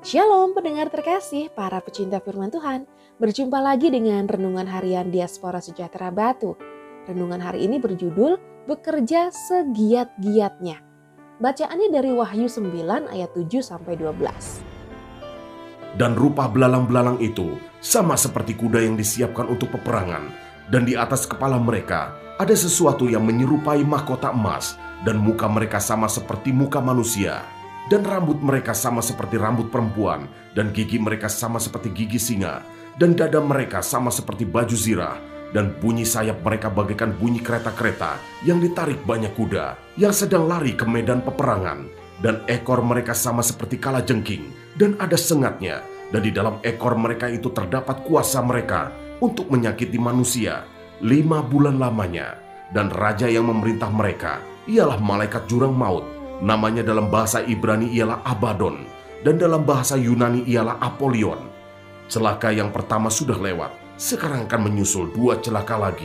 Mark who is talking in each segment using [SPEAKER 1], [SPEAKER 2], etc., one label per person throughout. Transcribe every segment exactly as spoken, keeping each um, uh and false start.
[SPEAKER 1] Shalom pendengar terkasih, para pecinta firman Tuhan. Berjumpa lagi dengan Renungan Harian Diaspora Sejahtera Batu. Renungan hari ini berjudul Bekerja Segiat-Giatnya. Bacaannya dari Wahyu sembilan ayat tujuh sampai dua belas.
[SPEAKER 2] Dan rupa belalang-belalang itu sama seperti kuda yang disiapkan untuk peperangan. Dan di atas kepala mereka ada sesuatu yang menyerupai mahkota emas. Dan muka mereka sama seperti muka manusia. Dan rambut mereka sama seperti rambut perempuan, dan gigi mereka sama seperti gigi singa, dan dada mereka sama seperti baju zirah, dan bunyi sayap mereka bagaikan bunyi kereta-kereta yang ditarik banyak kuda yang sedang lari ke medan peperangan, dan ekor mereka sama seperti kalajengking, dan ada sengatnya, dan di dalam ekor mereka itu terdapat kuasa mereka untuk menyakiti manusia lima bulan lamanya, dan raja yang memerintah mereka ialah malaikat jurang maut. Namanya dalam bahasa Ibrani ialah Abaddon, dan dalam bahasa Yunani ialah Apolion. Celaka yang pertama sudah lewat, sekarang akan menyusul dua celaka lagi.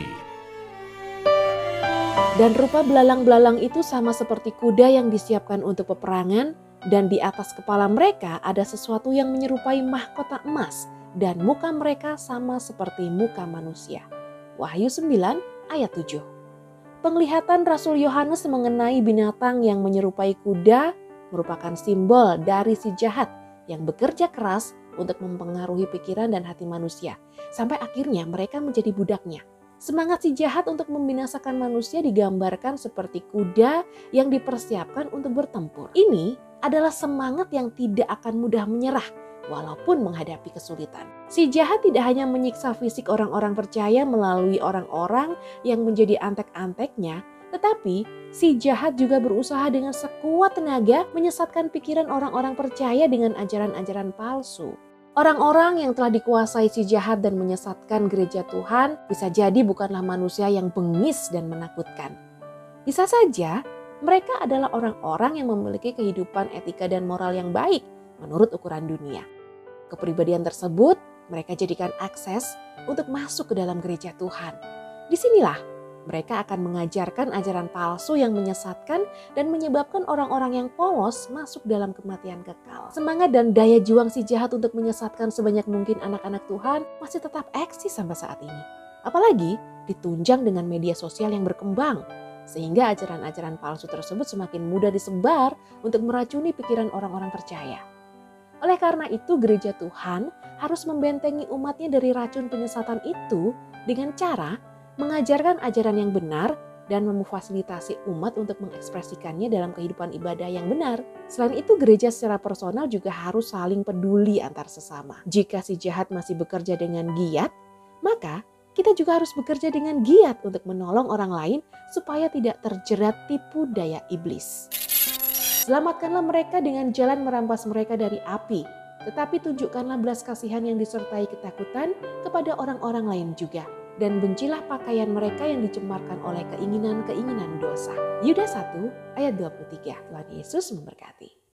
[SPEAKER 1] Dan rupa belalang-belalang itu sama seperti kuda yang disiapkan untuk peperangan, dan di atas kepala mereka ada sesuatu yang menyerupai mahkota emas, dan muka mereka sama seperti muka manusia. Wahyu sembilan ayat tujuh. Penglihatan Rasul Yohanes mengenai binatang yang menyerupai kuda merupakan simbol dari si jahat yang bekerja keras untuk mempengaruhi pikiran dan hati manusia, sampai akhirnya mereka menjadi budaknya. Semangat si jahat untuk membinasakan manusia digambarkan seperti kuda yang dipersiapkan untuk bertempur. Ini adalah semangat yang tidak akan mudah menyerah walaupun menghadapi kesulitan. Si jahat tidak hanya menyiksa fisik orang-orang percaya melalui orang-orang yang menjadi antek-anteknya, tetapi si jahat juga berusaha dengan sekuat tenaga menyesatkan pikiran orang-orang percaya dengan ajaran-ajaran palsu. Orang-orang yang telah dikuasai si jahat dan menyesatkan gereja Tuhan bisa jadi bukanlah manusia yang bengis dan menakutkan. Bisa saja mereka adalah orang-orang yang memiliki kehidupan etika dan moral yang baik menurut ukuran dunia. Kepribadian tersebut mereka jadikan akses untuk masuk ke dalam gereja Tuhan. Disinilah mereka akan mengajarkan ajaran palsu yang menyesatkan dan menyebabkan orang-orang yang polos masuk dalam kematian kekal. Semangat dan daya juang si jahat untuk menyesatkan sebanyak mungkin anak-anak Tuhan masih tetap eksis sampai saat ini. Apalagi ditunjang dengan media sosial yang berkembang, sehingga ajaran-ajaran palsu tersebut semakin mudah disebar untuk meracuni pikiran orang-orang percaya. Oleh karena itu gereja Tuhan harus membentengi umatnya dari racun penyesatan itu dengan cara mengajarkan ajaran yang benar dan memfasilitasi umat untuk mengekspresikannya dalam kehidupan ibadah yang benar. Selain itu gereja secara personal juga harus saling peduli antar sesama. Jika si jahat masih bekerja dengan giat, maka kita juga harus bekerja dengan giat untuk menolong orang lain supaya tidak terjerat tipu daya iblis. Selamatkanlah mereka dengan jalan merampas mereka dari api, tetapi tunjukkanlah belas kasihan yang disertai ketakutan kepada orang-orang lain juga. Dan bencilah pakaian mereka yang dicemarkan oleh keinginan-keinginan dosa. Yudas satu ayat dua puluh tiga. Tuhan Yesus memberkati.